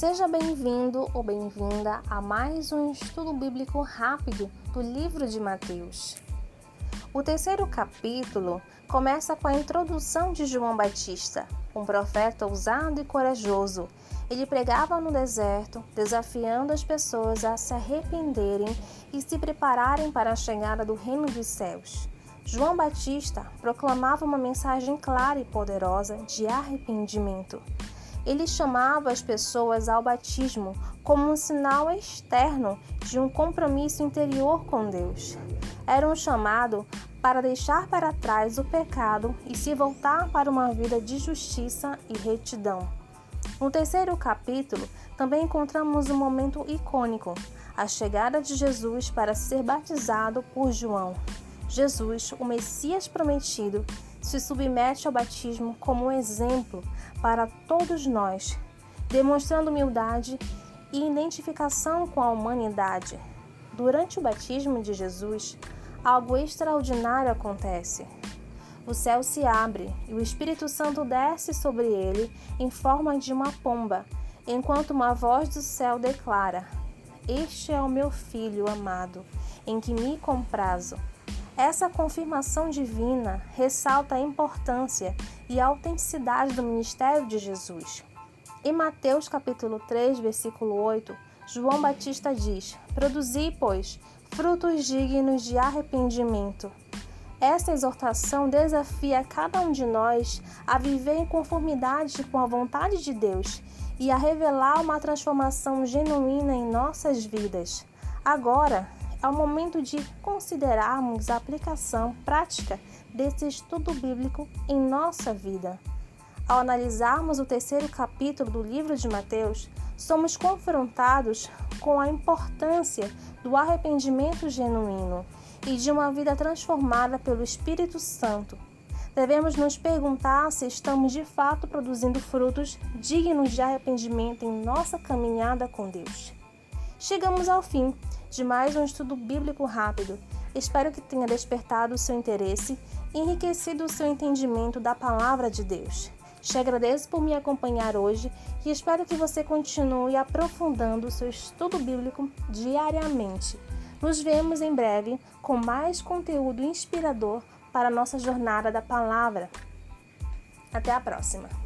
Seja bem-vindo ou bem-vinda a mais um estudo bíblico rápido do livro de Mateus. O terceiro capítulo começa com a introdução de João Batista, um profeta ousado e corajoso. Ele pregava no deserto, desafiando as pessoas a se arrependerem e se prepararem para a chegada do reino dos céus. João Batista proclamava uma mensagem clara e poderosa de arrependimento. Ele chamava as pessoas ao batismo como um sinal externo de um compromisso interior com Deus. Era um chamado para deixar para trás o pecado e se voltar para uma vida de justiça e retidão. No terceiro capítulo, também encontramos um momento icônico, a chegada de Jesus para ser batizado por João. Jesus, o Messias prometido, se submete ao batismo como um exemplo para todos nós, demonstrando humildade e identificação com a humanidade. Durante o batismo de Jesus, algo extraordinário acontece. O céu se abre e o Espírito Santo desce sobre ele em forma de uma pomba, enquanto uma voz do céu declara: "Este é o meu Filho amado, em que me comprazo." Essa confirmação divina ressalta a importância e a autenticidade do ministério de Jesus. Em Mateus capítulo 3, versículo 8, João Batista diz: "Produzi, pois, frutos dignos de arrependimento." Esta exortação desafia cada um de nós a viver em conformidade com a vontade de Deus e a revelar uma transformação genuína em nossas vidas. Agora, é o momento de considerarmos a aplicação prática desse estudo bíblico em nossa vida. Ao analisarmos o terceiro capítulo do livro de Mateus, somos confrontados com a importância do arrependimento genuíno e de uma vida transformada pelo Espírito Santo. Devemos nos perguntar se estamos de fato produzindo frutos dignos de arrependimento em nossa caminhada com Deus. Chegamos ao fim de mais um estudo bíblico rápido. Espero que tenha despertado o seu interesse e enriquecido o seu entendimento da palavra de Deus. Te agradeço por me acompanhar hoje e espero que você continue aprofundando o seu estudo bíblico diariamente. Nos vemos em breve com mais conteúdo inspirador para a nossa jornada da palavra. Até a próxima!